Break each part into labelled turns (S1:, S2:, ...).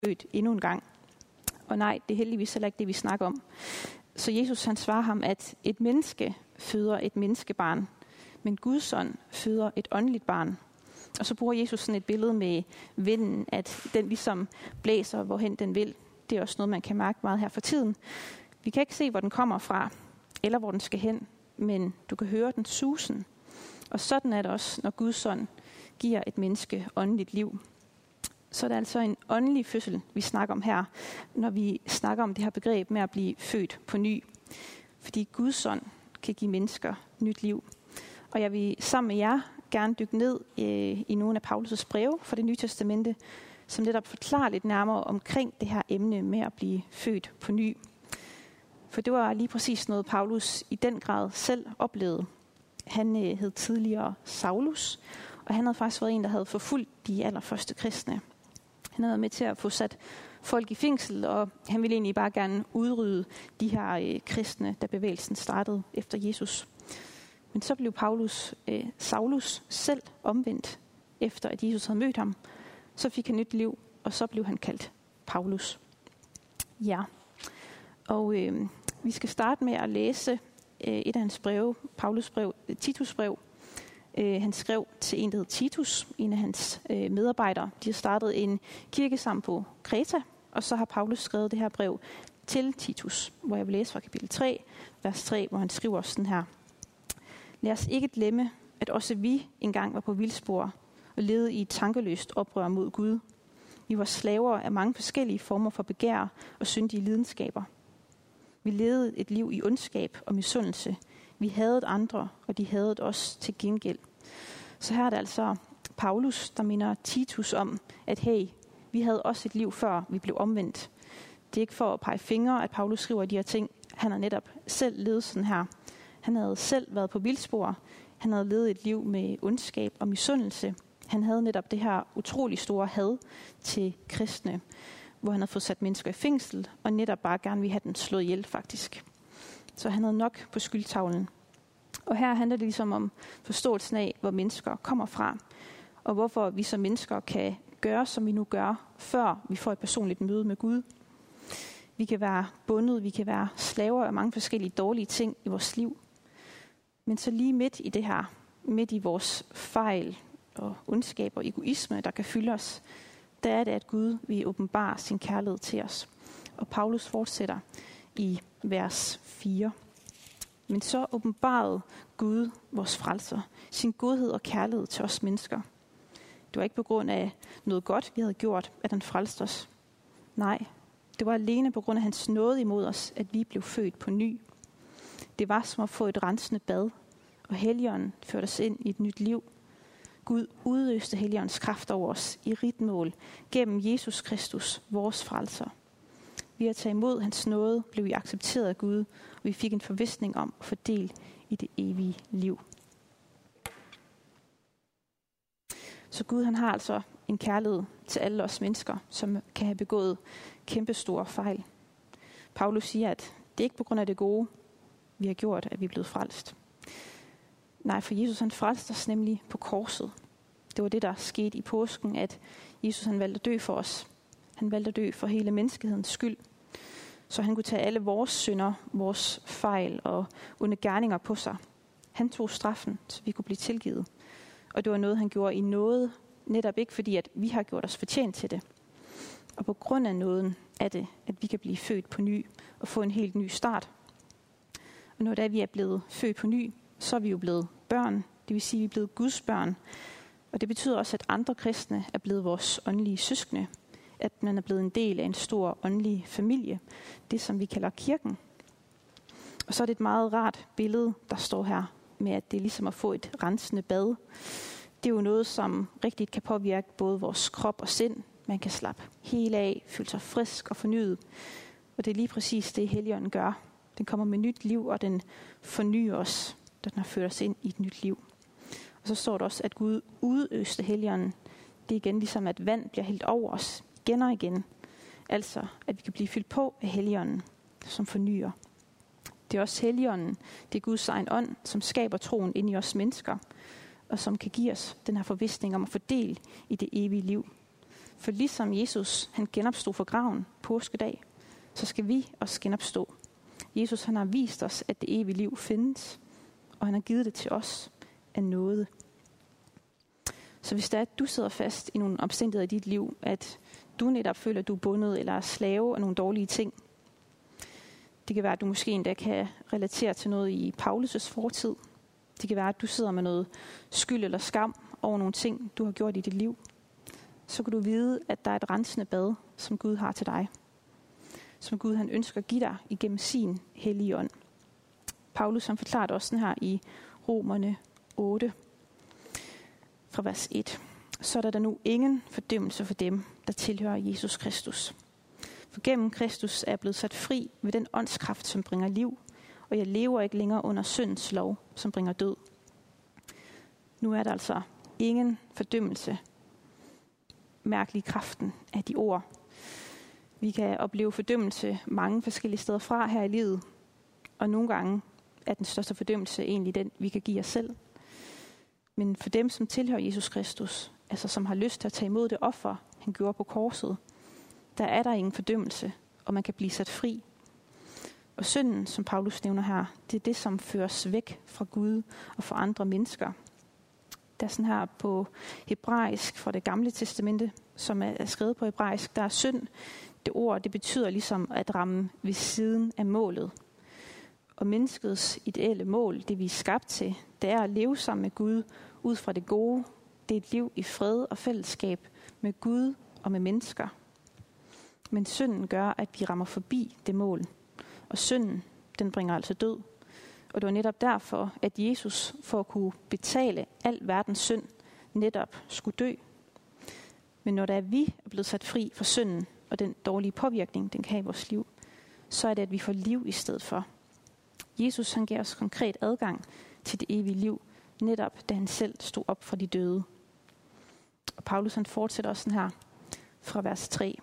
S1: født endnu en gang. Og nej, det er heldigvis heller ikke det, vi snakker om. Så Jesus han svarer ham, at et menneske føder et menneskebarn, men Guds ånd føder et åndeligt barn. Og så bruger Jesus sådan et billede med vinden, at den ligesom blæser, hvorhen den vil. Det er også noget, man kan mærke meget her for tiden. Vi kan ikke se, hvor den kommer fra, eller hvor den skal hen, men du kan høre den susen. Og sådan er det også, når Guds ånd giver et menneske åndeligt liv. Så er det altså en åndelig fødsel, vi snakker om her, når vi snakker om det her begreb med at blive født på ny. Fordi Guds ånd kan give mennesker nyt liv. Og jeg vil sammen med jer gerne dykke ned i nogle af Paulus' breve fra det Nye Testamente, som netop forklarer lidt nærmere omkring det her emne med at blive født på ny. For det var lige præcis noget, Paulus i den grad selv oplevede. Han hed tidligere Saulus, og han havde faktisk været en, der havde forfulgt de allerførste kristne. Han havde været med til at få sat folk i fængsel, og han ville egentlig bare gerne udrydde de her kristne, da bevægelsen startede efter Jesus. Men så blev Saulus selv omvendt, efter at Jesus havde mødt ham. Så fik han nyt liv, og så blev han kaldt Paulus. Ja, og vi skal starte med at læse et af hans breve, Paulus brev, Titus brev. Han skrev til en, der hed Titus, en af hans medarbejdere. De har startet en kirke sammen på Kreta, og så har Paulus skrevet det her brev til Titus, hvor jeg vil læse fra kapitel 3, vers 3, hvor han skriver sådan her. Lad os ikke glemme, at også vi engang var på vildspor og levede i et tankeløst oprør mod Gud. Vi var slaver af mange forskellige former for begær og syndige lidenskaber. Vi levede et liv i ondskab og misundelse. Vi hadede andre, og de hadede os til gengæld. Så her er det altså Paulus, der minder Titus om, at hey, vi havde også et liv før vi blev omvendt. Det er ikke for at pege fingre, at Paulus skriver de her ting. Han har netop selv levet sådan her. Han havde selv været på vildspor. Han havde levet et liv med ondskab og misundelse. Han havde netop det her utrolig store had til kristne, hvor han havde fået sat mennesker i fængsel, og netop bare gerne ville have den slået ihjel faktisk. Så han havde nok på skyldtavlen. Og her handler det ligesom om forståelsen af, hvor mennesker kommer fra, og hvorfor vi som mennesker kan gøre, som vi nu gør, før vi får et personligt møde med Gud. Vi kan være bundet, vi kan være slaver af mange forskellige dårlige ting i vores liv. Men så lige midt i det her, midt i vores fejl og ondskab og egoisme, der kan fylde os, der er det, at Gud vil åbenbare sin kærlighed til os. Og Paulus fortsætter i vers 4. Men så åbenbarede Gud, vores frelser, sin godhed og kærlighed til os mennesker. Det var ikke på grund af noget godt, vi havde gjort, at han frelste os. Nej, det var alene på grund af hans nåde imod os, at vi blev født på ny. Det var som at få et rensende bad, og Helligånden førte os ind i et nyt liv. Gud udøste Helligåndens kraft over os i rigt mål gennem Jesus Kristus, vores frelser. Ved at tage imod hans nåde blev vi accepteret af Gud, og vi fik en forvisning om at få del i det evige liv. Så Gud han har altså en kærlighed til alle os mennesker, som kan have begået kæmpestore fejl. Paulus siger, at det er ikke på grund af det gode, vi har gjort, at vi er blevet frelst. Nej, for Jesus han frelste os nemlig på korset. Det var det, der skete i påsken, at Jesus han valgte at dø for os. Han valgte at dø for hele menneskehedens skyld. Så han kunne tage alle vores synder, vores fejl og onde gerninger på sig. Han tog straffen, så vi kunne blive tilgivet. Og det var noget, han gjorde i nåde, netop ikke fordi, at vi har gjort os fortjent til det. Og på grund af nåden er det, at vi kan blive født på ny og få en helt ny start. Og når vi er blevet født på ny, så er vi jo blevet børn. Det vil sige, at vi er blevet Guds børn. Og det betyder også, at andre kristne er blevet vores åndelige søskende. At man er blevet en del af en stor åndelig familie. Det, som vi kalder kirken. Og så er det et meget rart billede, der står her, med at det er ligesom at få et rensende bad. Det er jo noget, som rigtig kan påvirke både vores krop og sind. Man kan slappe helt af, føle sig frisk og fornyet. Og det er lige præcis det, Helligånden gør. Den kommer med nyt liv, og den fornyer os, da den har ført os ind i et nyt liv. Og så står der også, at Gud udøste Helligånden. Det er igen ligesom, at vand bliver hældt over os igen og igen. Altså, at vi kan blive fyldt på af Helligånden, som fornyer. Det er også Helligånden, det er Guds egen ånd, som skaber troen ind i os mennesker, og som kan give os den her forvisning om at få del i det evige liv. For ligesom Jesus, han genopstod fra graven påskedag, så skal vi også genopstå. Jesus, han har vist os, at det evige liv findes, og han har givet det til os af nåde. Så hvis det er, at du sidder fast i nogle omstændigheder i dit liv, at du netop føler, at du er bundet eller er slave af nogle dårlige ting. Det kan være, at du måske endda kan relatere til noget i Paulus' fortid. Det kan være, at du sidder med noget skyld eller skam over nogle ting, du har gjort i dit liv. Så kan du vide, at der er et rensende bad, som Gud har til dig. Som Gud han ønsker at give dig igennem sin hellige ånd. Paulus han forklarer det også sådan her i Romerne 8, fra vers 1. Så er der nu ingen fordømmelse for dem, der tilhører Jesus Kristus. For gennem Kristus er jeg blevet sat fri ved den åndskraft, som bringer liv, og jeg lever ikke længere under syndens lov, som bringer død. Nu er der altså ingen fordømmelse. Mærkelig kraften af de ord. Vi kan opleve fordømmelse mange forskellige steder fra her i livet, og nogle gange er den største fordømmelse egentlig den, vi kan give os selv. Men for dem, som tilhører Jesus Kristus, altså som har lyst til at tage imod det offer, han gjorde på korset, der er der ingen fordømmelse, og man kan blive sat fri. Og synden, som Paulus nævner her, det er det, som føres væk fra Gud og fra andre mennesker. Der er sådan her på hebraisk fra det gamle testamente, som er skrevet på hebraisk, der er synd. Det ord, det betyder ligesom at ramme ved siden af målet. Og menneskets ideelle mål, det vi er skabt til, det er at leve sammen med Gud ud fra det gode. Det er et liv i fred og fællesskab med Gud og med mennesker. Men synden gør, at vi rammer forbi det mål. Og synden, den bringer altså død. Og det var netop derfor, at Jesus, for at kunne betale al verdens synd, netop skulle dø. Men når der er vi er blevet sat fri fra synden og den dårlige påvirkning, den kan have i vores liv, så er det, at vi får liv i stedet for. Jesus han gav os konkret adgang til det evige liv, netop da han selv stod op fra de døde. Og Paulus han fortsætter også sådan her fra vers 3.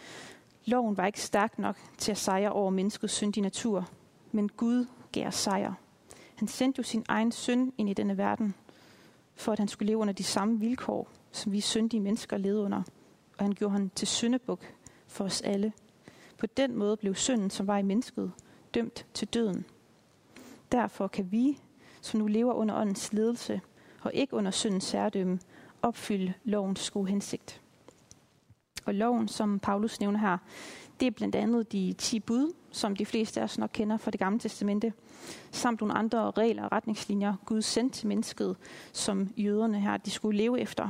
S1: Loven var ikke stærk nok til at sejre over menneskets syndige natur, men Gud gav os sejr. Han sendte jo sin egen søn ind i denne verden, for at han skulle leve under de samme vilkår, som vi syndige mennesker levede under. Og han gjorde han til syndebuk for os alle. På den måde blev synden, som var i mennesket, dømt til døden. Derfor kan vi, som nu lever under åndens ledelse, og ikke under syndens særdømme, opfylde lovens gode hensigt. Og loven, som Paulus nævner her, det er blandt andet de 10 bud, som de fleste af os nok kender fra det gamle testamente, samt nogle andre regler og retningslinjer, Gud sendte til mennesket, som jøderne her, de skulle leve efter.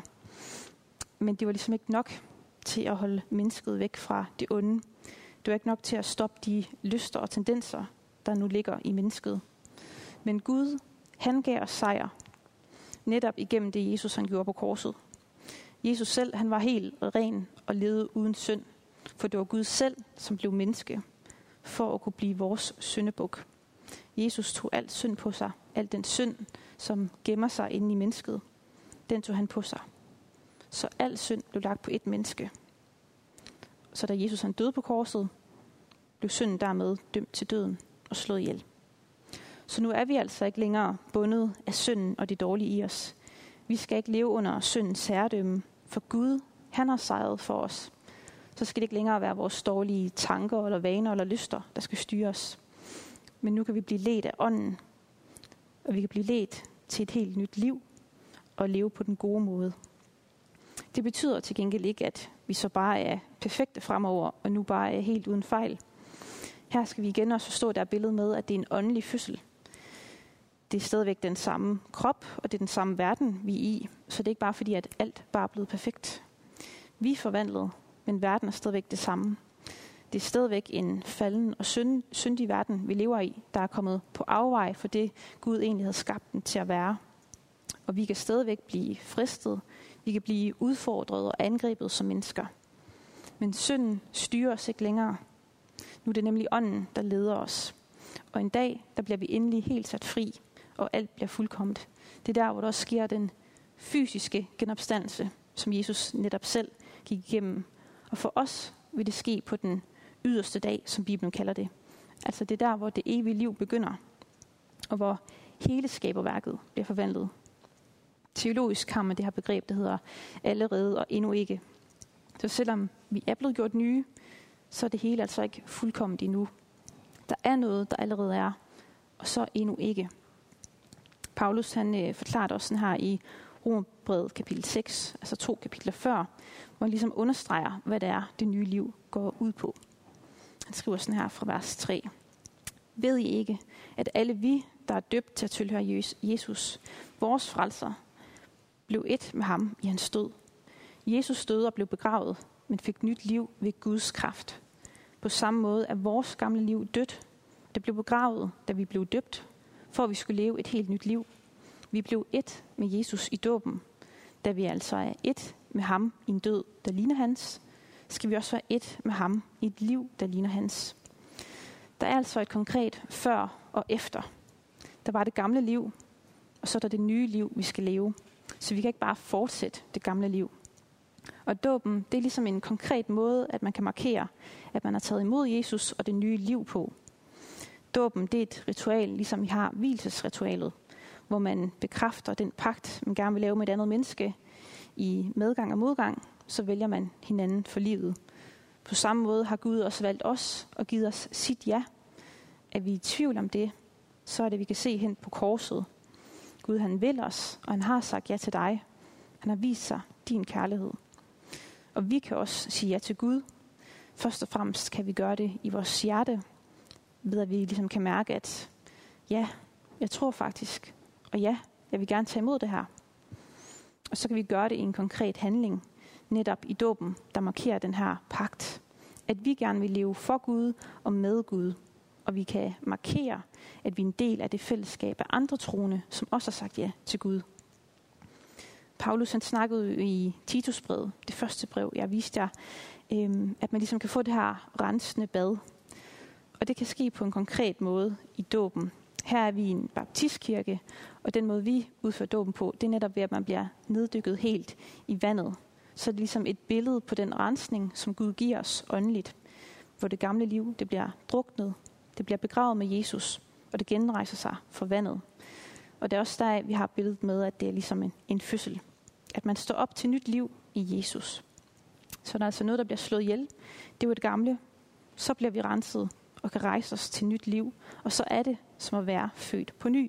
S1: Men det var ligesom ikke nok til at holde mennesket væk fra det onde. Det var ikke nok til at stoppe de lyster og tendenser, der nu ligger i mennesket. Men Gud, han gav os sejr, netop igennem det Jesus han gjorde på korset. Jesus selv, han var helt ren og levede uden synd, for det var Gud selv, som blev menneske, for at kunne blive vores syndebuk. Jesus tog alt synd på sig, al den synd, som gemmer sig inde i mennesket, den tog han på sig. Så al synd blev lagt på et menneske. Så da Jesus han døde på korset, blev synden dermed dømt til døden og slået ihjel. Så nu er vi altså ikke længere bundet af synden og det dårlige i os. Vi skal ikke leve under syndens herredømme, for Gud, han har sejret for os. Så skal det ikke længere være vores dårlige tanker eller vaner eller lyster, der skal styre os. Men nu kan vi blive ledt af ånden, og vi kan blive ledt til et helt nyt liv og leve på den gode måde. Det betyder til gengæld ikke, at vi så bare er perfekte fremover, og nu bare er helt uden fejl. Her skal vi igen også forstå det her billede med, at det er en åndelig fødsel. Det er stadigvæk den samme krop, og det er den samme verden, vi er i. Så det er ikke bare fordi, at alt bare er blevet perfekt. Vi er forvandlet, men verden er stadigvæk det samme. Det er stadigvæk en falden og syndig verden, vi lever i, der er kommet på afvej for det, Gud egentlig havde skabt den til at være. Og vi kan stadigvæk blive fristet, vi kan blive udfordret og angrebet som mennesker. Men synden styrer os ikke længere. Nu er det nemlig ånden, der leder os. Og en dag, der bliver vi endelig helt sat fri, og alt bliver fuldkomment. Det er der, hvor der også sker den fysiske genopstandelse, som Jesus netop selv gik igennem. Og for os vil det ske på den yderste dag, som Bibelen kalder det. Altså det er der, hvor det evige liv begynder, og hvor hele skaberværket bliver forvandlet. Teologisk har man det her begreb, der hedder allerede og endnu ikke. Så selvom vi er blevet gjort nye, så er det hele altså ikke fuldkomment endnu. Der er noget, der allerede er, og så endnu ikke. Paulus han forklarer det også sådan her i Romerbrevet kapitel 6, altså 2 kapitler før, hvor han ligesom understreger, hvad det er, det nye liv går ud på. Han skriver sådan her fra vers 3. Ved I ikke, at alle vi, der er døbt til at tilhøre Jesus, vores frelser, blev et med ham i hans død. Jesus døde og blev begravet, men fik nyt liv ved Guds kraft. På samme måde er vores gamle liv dødt. Det blev begravet, da vi blev døbt, for at vi skulle leve et helt nyt liv. Vi blev et med Jesus i dåben. Da vi altså er et med ham i en død, der ligner hans, skal vi også være et med ham i et liv, der ligner hans. Der er altså et konkret før og efter. Der var det gamle liv, og så er der det nye liv, vi skal leve. Så vi kan ikke bare fortsætte det gamle liv. Og dåben, det er ligesom en konkret måde, at man kan markere, at man har taget imod Jesus og det nye liv på. Dåben, det er et ritual, ligesom vi har vielsesritualet, hvor man bekræfter den pagt, man gerne vil lave med et andet menneske. I medgang og modgang, så vælger man hinanden for livet. På samme måde har Gud også valgt os og givet os sit ja. Er vi i tvivl om det, så er det, vi kan se hen på korset. Gud, han vil os, og han har sagt ja til dig. Han har vist sig din kærlighed. Og vi kan også sige ja til Gud. Først og fremmest kan vi gøre det i vores hjerte, ved at vi ligesom kan mærke, at ja, jeg tror faktisk, og ja, jeg vil gerne tage imod det her. Og så kan vi gøre det i en konkret handling, netop i dåben, der markerer den her pagt. At vi gerne vil leve for Gud og med Gud. Og vi kan markere, at vi er en del af det fællesskab af andre troende, som også har sagt ja til Gud. Paulus han snakkede i Titusbrevet, det første brev, jeg viste jer, at man ligesom kan få det her rensende bad. Og det kan ske på en konkret måde i dåben. Her er vi i en baptistkirke, og den måde vi udfører dåben på, det er netop ved, at man bliver neddykket helt i vandet. Så det er ligesom et billede på den rensning, som Gud giver os åndeligt. Hvor det gamle liv, det bliver druknet, det bliver begravet med Jesus, og det genrejser sig fra vandet. Og det er også der, vi har billedet med, at det er ligesom en fødsel. At man står op til nyt liv i Jesus. Så der er altså noget, der bliver slået ihjel. Det er jo det gamle. Så bliver vi renset og kan rejse os til nyt liv. Og så er det som at være født på ny.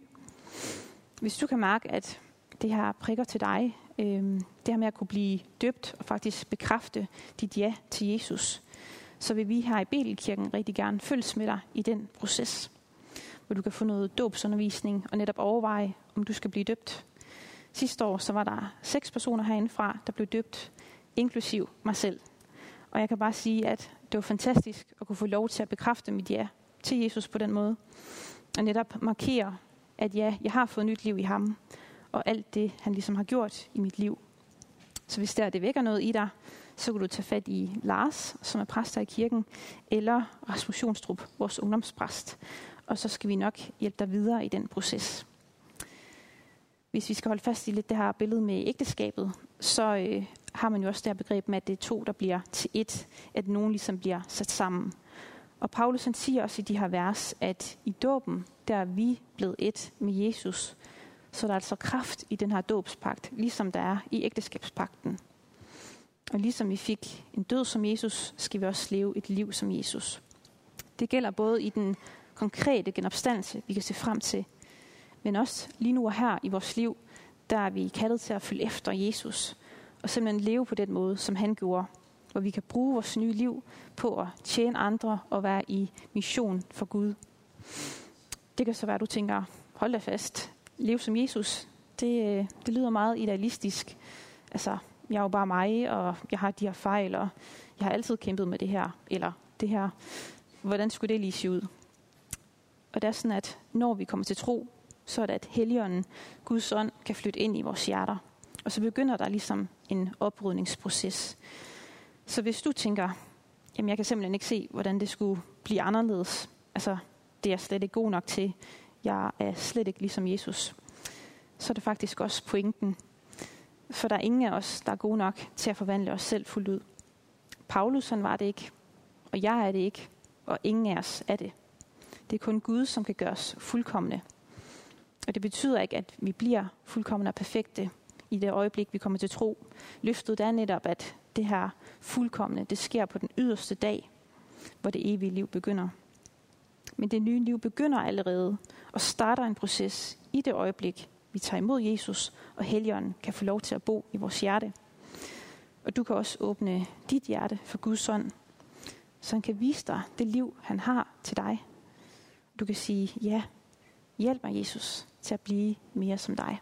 S1: Hvis du kan mærke, at det her prikker til dig, det her med at kunne blive døbt og faktisk bekræfte dit ja til Jesus, så vil vi her i Betelkirken rigtig gerne følges med dig i den proces, hvor du kan få noget dåbsundervisning og netop overveje, om du skal blive døbt. Sidste år så var der 6 personer herindefra, der blev døbt, inklusiv mig selv. Og jeg kan bare sige, at det var fantastisk at kunne få lov til at bekræfte mit ja til Jesus på den måde. Og netop markere, at ja, jeg har fået nyt liv i ham, og alt det, han ligesom har gjort i mit liv. Så hvis det vækker noget i dig, så kan du tage fat i Lars, som er præst i kirken, eller Rasmus Jonstrup, vores ungdomspræst. Og så skal vi nok hjælpe dig videre i den proces. Hvis vi skal holde fast i lidt det her billede med ægteskabet, så har man jo også det her begreb med, at det er 2, der bliver til 1, at nogen ligesom bliver sat sammen. Og Paulus han siger også i de her vers, at i dåben, der er vi blevet 1 med Jesus. Så der er altså kraft i den her dåbspagt, ligesom der er i ægteskabspagten. Og ligesom vi fik en død som Jesus, skal vi også leve et liv som Jesus. Det gælder både i den konkrete genopstandelse, vi kan se frem til, men også lige nu og her i vores liv, der er vi kaldet til at følge efter Jesus, og simpelthen leve på den måde, som han gjorde, hvor vi kan bruge vores nye liv på at tjene andre og være i mission for Gud. Det kan så være, at du tænker, hold da fast, leve som Jesus, det lyder meget idealistisk. Altså, jeg er jo bare mig, og jeg har de her fejl, og jeg har altid kæmpet med det her, eller det her. Hvordan skulle det lige se ud? Og det er sådan, at når vi kommer til tro, så er det, at Helligånden, Guds ånd, kan flytte ind i vores hjerter. Og så begynder der ligesom en oprydningsproces. Så hvis du tænker, jamen jeg kan simpelthen ikke se, hvordan det skulle blive anderledes. Altså, det er jeg slet ikke god nok til. Jeg er slet ikke ligesom Jesus. Så er det faktisk også pointen. For der er ingen af os, der er gode nok til at forvandle os selv fuldt ud. Paulus, han var det ikke. Og jeg er det ikke. Og ingen af os er det. Det er kun Gud, som kan gøre os fuldkomne. Og det betyder ikke, at vi bliver fuldkomne og perfekte i det øjeblik, vi kommer til tro. Løftet er netop, at det her fuldkomne, det sker på den yderste dag, hvor det evige liv begynder. Men det nye liv begynder allerede og starter en proces i det øjeblik, vi tager imod Jesus, og Helligånden kan få lov til at bo i vores hjerte. Og du kan også åbne dit hjerte for Guds ånd, så han kan vise dig det liv, han har til dig. Du kan sige, ja, hjælp mig Jesus til at blive mere som dig.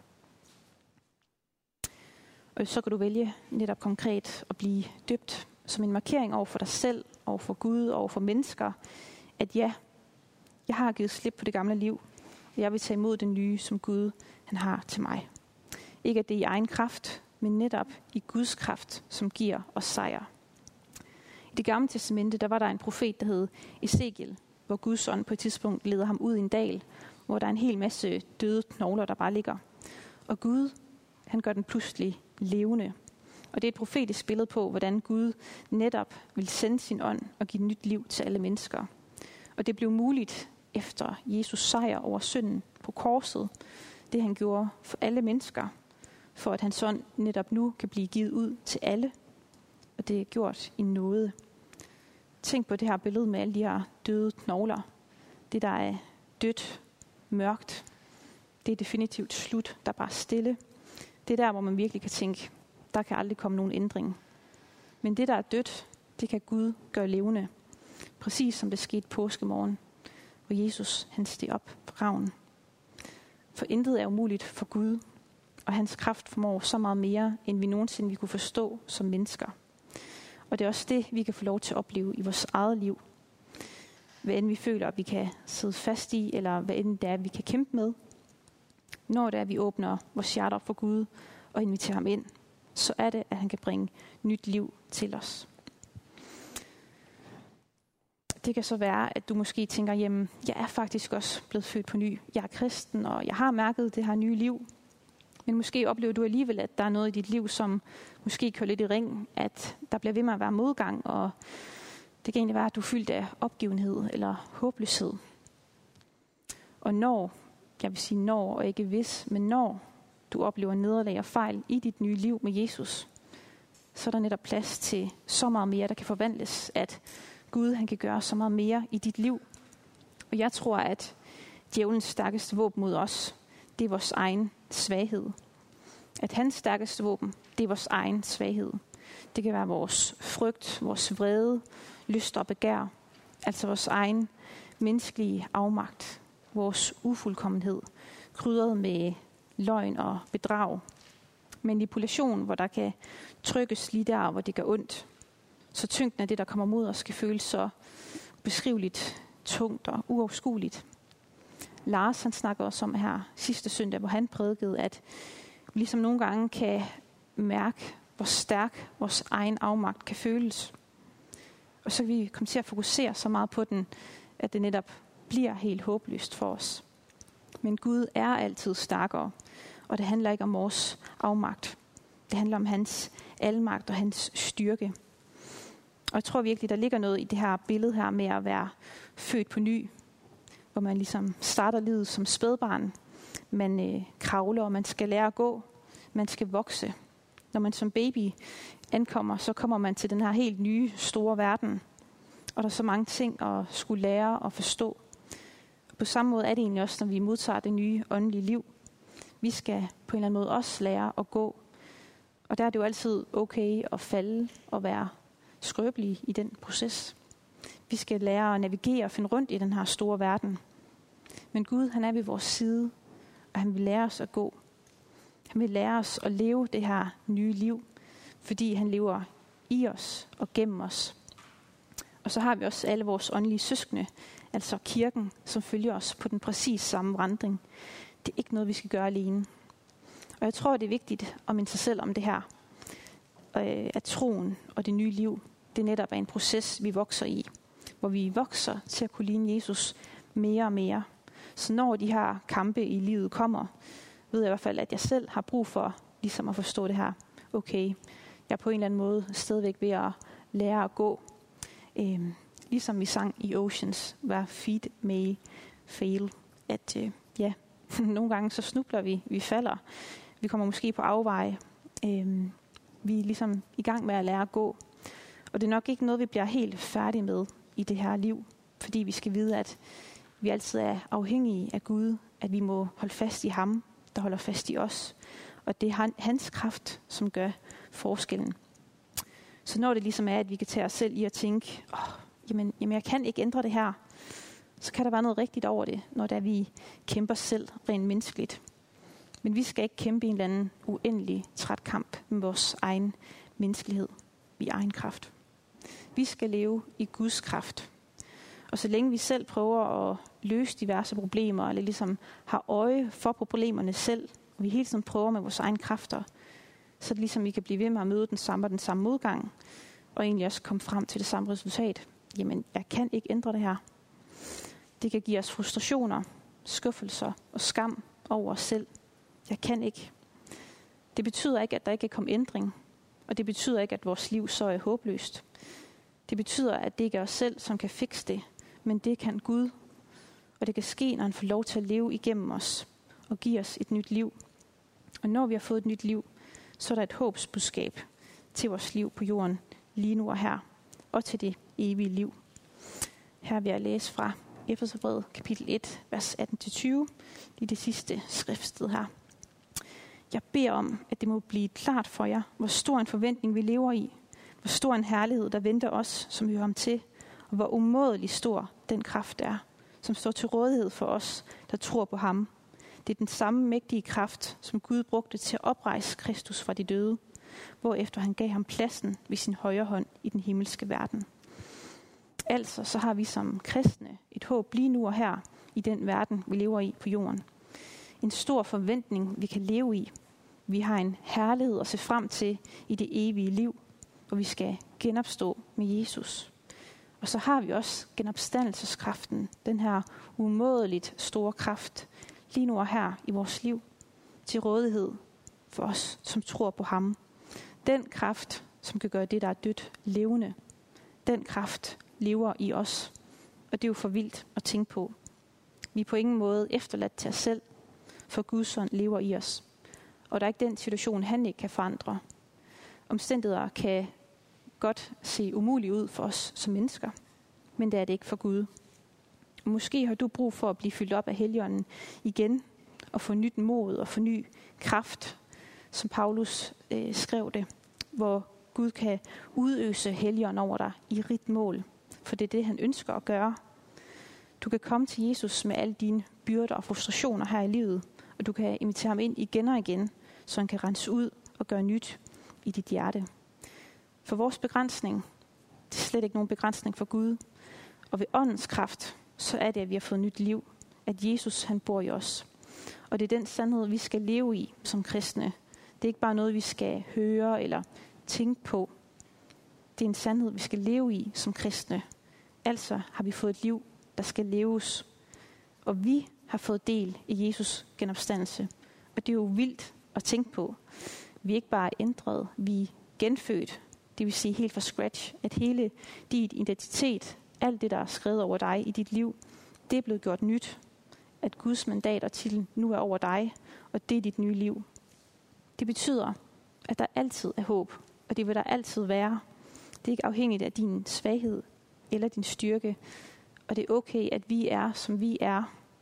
S1: Og så kan du vælge netop konkret at blive døbt som en markering over for dig selv, over for Gud, over for mennesker, at ja, jeg har givet slip på det gamle liv, og jeg vil tage imod det nye, som Gud han har til mig. Ikke at det er i egen kraft, men netop i Guds kraft, som giver os sejr. I det gamle testamente, der var der en profet, der hed Ezekiel, hvor Guds ånd på et tidspunkt leder ham ud i en dal, hvor der er en hel masse døde knogler, der bare ligger. Og Gud, han gør den pludselig levende. Og det er et profetisk billede på, hvordan Gud netop vil sende sin ånd og give nyt liv til alle mennesker. Og det blev muligt efter Jesus sejr over synden på korset, det han gjorde for alle mennesker, for at hans ånd netop nu kan blive givet ud til alle. Og det er gjort i nåde. Tænk på det her billede med alle de her døde knogler. Det, der er dødt, mørkt, det er definitivt slut. Der er bare stille. Det er der, hvor man virkelig kan tænke, der kan aldrig komme nogen ændring. Men det, der er dødt, det kan Gud gøre levende. Præcis som det skete påskemorgen, hvor Jesus han steg op fra graven. For intet er umuligt for Gud, og hans kraft formår så meget mere, end vi nogensinde vi kunne forstå som mennesker. Og det er også det, vi kan få lov til at opleve i vores eget liv. Hvad end vi føler, at vi kan sidde fast i, eller hvad end det er, vi kan kæmpe med. Når det er, at vi åbner vores hjerte op for Gud og inviterer ham ind, så er det, at han kan bringe nyt liv til os. Det kan så være, at du måske tænker, jamen, jeg er faktisk også blevet født på ny. Jeg er kristen, og jeg har mærket det her nye liv. Men måske oplever du alligevel, at der er noget i dit liv, som måske kører lidt i ring, at der bliver ved med at være modgang, og det kan egentlig være, at du er fyldt af opgivenhed eller håbløshed. Og jeg vil sige når og ikke hvis, men når du oplever nederlag og fejl i dit nye liv med Jesus, så er der netop plads til så meget mere, der kan forvandles, at Gud han kan gøre så meget mere i dit liv. Og jeg tror, at djævelens stærkeste våben mod os, det er vores egen svaghed. At hans stærkeste våben, det er vores egen svaghed. Det kan være vores frygt, vores vrede, lyst og begær. Altså vores egen menneskelige afmagt, vores ufuldkommenhed, krydret med løgn og bedrag. Manipulation, hvor der kan trykkes lige der, hvor det gør ondt. Så tyngden af det, der kommer mod os, skal føles så beskriveligt, tungt og uoverskueligt. Lars han snakker også om her sidste søndag, hvor han prædikede, at vi ligesom nogle gange kan mærke, hvor stærk vores egen afmagt kan føles. Og så kan vi komme til at fokusere så meget på den, at det netop bliver helt håbløst for os. Men Gud er altid stærkere, og det handler ikke om vores afmagt. Det handler om hans almagt og hans styrke. Og jeg tror virkelig, der ligger noget i det her billede her med at være født på ny, hvor man ligesom starter livet som spædbarn. Man kravler, og man skal lære at gå. Man skal vokse. Når man som baby ankommer, så kommer man til den her helt nye, store verden. Og der er så mange ting at skulle lære og forstå. På samme måde er det egentlig også, når vi modtager det nye åndelige liv. Vi skal på en eller anden måde også lære at gå. Og der er det jo altid okay at falde og være skrøbelige i den proces. Vi skal lære at navigere og finde rundt i den her store verden. Men Gud, han er ved vores side, og han vil lære os at gå. Han vil lære os at leve det her nye liv, fordi han lever i os og gennem os. Og så har vi også alle vores åndelige søskende, altså kirken, som følger os på den præcis samme vandring. Det er ikke noget, vi skal gøre alene. Og jeg tror, det er vigtigt at minde sig selv om det her. At troen og det nye liv, det netop er en proces, vi vokser i. Hvor vi vokser til at kunne ligne Jesus mere og mere. Så når de her kampe i livet kommer, ved jeg i hvert fald, at jeg selv har brug for ligesom at forstå det her. Okay, jeg er på en eller anden måde stadigvæk ved at lære at gå. Ligesom vi sang i Oceans, where feet may fail. At nogle gange så snubler vi falder. Vi kommer måske på afveje. vi er ligesom i gang med at lære at gå. Og det er nok ikke noget, vi bliver helt færdige med i det her liv, fordi vi skal vide, at vi altid er afhængige af Gud, at vi må holde fast i ham, der holder fast i os. Og det er hans kraft, som gør forskellen. Så når det ligesom er, at vi kan tage os selv i at tænke, jamen jeg kan ikke ændre det her, så kan der være noget rigtigt over det, når det er, vi kæmper selv rent menneskeligt. Men vi skal ikke kæmpe en eller anden uendelig træt kamp med vores egen menneskelighed i egen kraft. Vi skal leve i Guds kraft. Og så længe vi selv prøver at løse diverse problemer, eller ligesom har øje for problemerne selv, og vi hele tiden prøver med vores egne kræfter, så det ligesom vi kan blive ved med at møde den samme modgang, og egentlig også komme frem til det samme resultat. Jamen, jeg kan ikke ændre det her. Det kan give os frustrationer, skuffelser og skam over os selv. Jeg kan ikke. Det betyder ikke, at der ikke kan komme ændring, og det betyder ikke, at vores liv så er håbløst. Det betyder, at det ikke er os selv, som kan fikse det, men det kan Gud. Og det kan ske, når han får lov til at leve igennem os og give os et nyt liv. Og når vi har fået et nyt liv, så er der et håbsbudskab til vores liv på jorden lige nu og her, og til det evige liv. Her vil jeg læse fra Efeserbrevet kapitel 1, vers 18-20, i det sidste skriftsted her. Jeg beder om, at det må blive klart for jer, hvor stor en forventning vi lever i, hvor stor en herlighed, der venter os, som hører ham til, og hvor umådelig stor den kraft er, som står til rådighed for os, der tror på ham. Det er den samme mægtige kraft, som Gud brugte til at oprejse Kristus fra de døde, hvorefter han gav ham pladsen ved sin højre hånd i den himmelske verden. Altså så har vi som kristne et håb lige nu og her i den verden, vi lever i på jorden. En stor forventning, vi kan leve i. Vi har en herlighed at se frem til i det evige liv, hvor vi skal genopstå med Jesus. Og så har vi også genopstandelseskraften, den her umådeligt store kraft, lige nu og her i vores liv, til rådighed for os, som tror på ham. Den kraft, som kan gøre det, der er dødt, levende. Den kraft lever i os, og det er jo for vildt at tænke på. Vi er på ingen måde efterladt til os selv, for Guds ånd lever i os. Og der er ikke den situation, han ikke kan forandre. Omstændigheder kan godt se umulige ud for os som mennesker, men det er det ikke for Gud. Måske har du brug for at blive fyldt op af Helligånden igen, og få nyt mod og få ny kraft, som Paulus skrev det, hvor Gud kan udøse Helligånden over dig i rigt mål, for det er det, han ønsker at gøre. Du kan komme til Jesus med alle dine byrder og frustrationer her i livet, og du kan invitere ham ind igen og igen, så han kan rense ud og gøre nyt i dit hjerte. For vores begrænsning, det er slet ikke nogen begrænsning for Gud. Og ved åndens kraft, så er det, at vi har fået nyt liv. At Jesus, han bor i os. Og det er den sandhed, vi skal leve i som kristne. Det er ikke bare noget, vi skal høre eller tænke på. Det er en sandhed, vi skal leve i som kristne. Altså har vi fået et liv, der skal leves. Og vi har fået del i Jesus genopstandelse. Og det er jo vildt at tænke på. Vi er ikke bare ændret, vi er genfødt. Det vil sige helt fra scratch, at hele dit identitet, alt det, der er skrevet over dig i dit liv, det er blevet gjort nyt. At Guds mandat og titel nu er over dig, og det er dit nye liv. Det betyder, at der altid er håb, og det vil der altid være. Det er ikke afhængigt af din svaghed eller din styrke, og det er okay, at vi er, som vi er.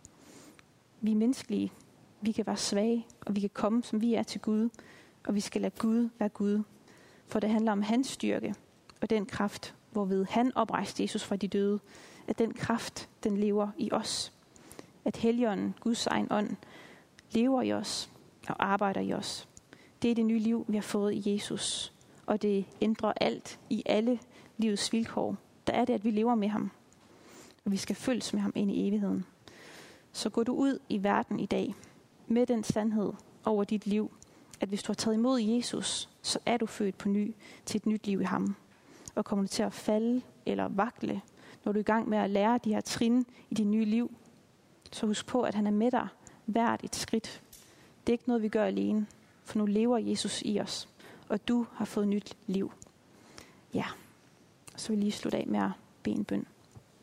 S1: Vi er menneskelige, vi kan være svage, og vi kan komme, som vi er til Gud, og vi skal lade Gud være Gud. For det handler om hans styrke og den kraft, hvorved han oprejste Jesus fra de døde. At den kraft, den lever i os. At Helligånden, Guds egen ånd, lever i os og arbejder i os. Det er det nye liv, vi har fået i Jesus. Og det ændrer alt i alle livets vilkår. Der er det, at vi lever med ham. Og vi skal følges med ham ind i evigheden. Så går du ud i verden i dag med den sandhed over dit liv, at hvis du har taget imod Jesus, så er du født på ny til et nyt liv i ham. Og kommer du til at falde eller vakle, når du er i gang med at lære de her trin i dit nye liv, så husk på, at han er med dig hvert et skridt. Det er ikke noget, vi gør alene, for nu lever Jesus i os, og du har fået nyt liv. Ja, så vil jeg lige slutte af med at bede en bøn.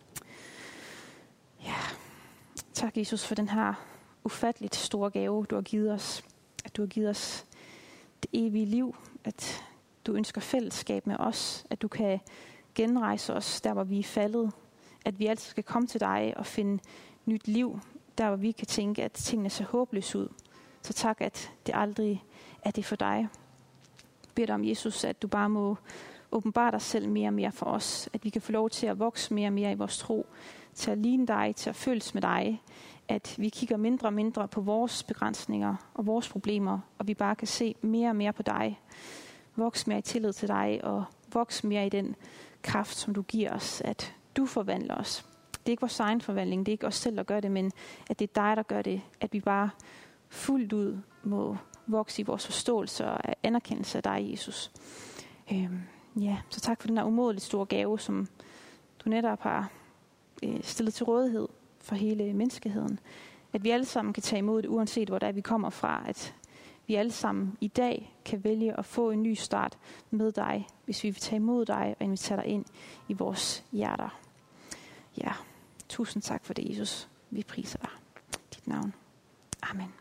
S1: Ja, tak Jesus for den her ufatteligt store gave, du har givet os. At du har givet os det evige liv, at Du ønsker fællesskab med os, at du kan genrejse os der, hvor vi er faldet. At vi altid skal komme til dig og finde nyt liv, der hvor vi kan tænke, at tingene ser håbløse ud. Så tak, at det aldrig er det for dig. Jeg beder dig om, Jesus, at du bare må åbenbare dig selv mere og mere for os. At vi kan få lov til at vokse mere og mere i vores tro. Til at ligne dig, til at følges med dig. At vi kigger mindre og mindre på vores begrænsninger og vores problemer. Og vi bare kan se mere og mere på dig. Voks mere i tillid til dig, og voks mere i den kraft, som du giver os. At du forvandler os. Det er ikke vores egen forvandling, det er ikke os selv, der gør det, men at det er dig, der gør det. At vi bare fuldt ud må vokse i vores forståelse og anerkendelse af dig, Jesus. Så tak for den her umådeligt store gave, som du netop har stillet til rådighed for hele menneskeheden. At vi alle sammen kan tage imod det, uanset hvor der er, vi kommer fra. At vi alle sammen i dag kan vælge at få en ny start med dig, hvis vi vil tage imod dig og invitere dig ind i vores hjerter. Ja, tusind tak for det, Jesus. Vi priser dig. Dit navn. Amen.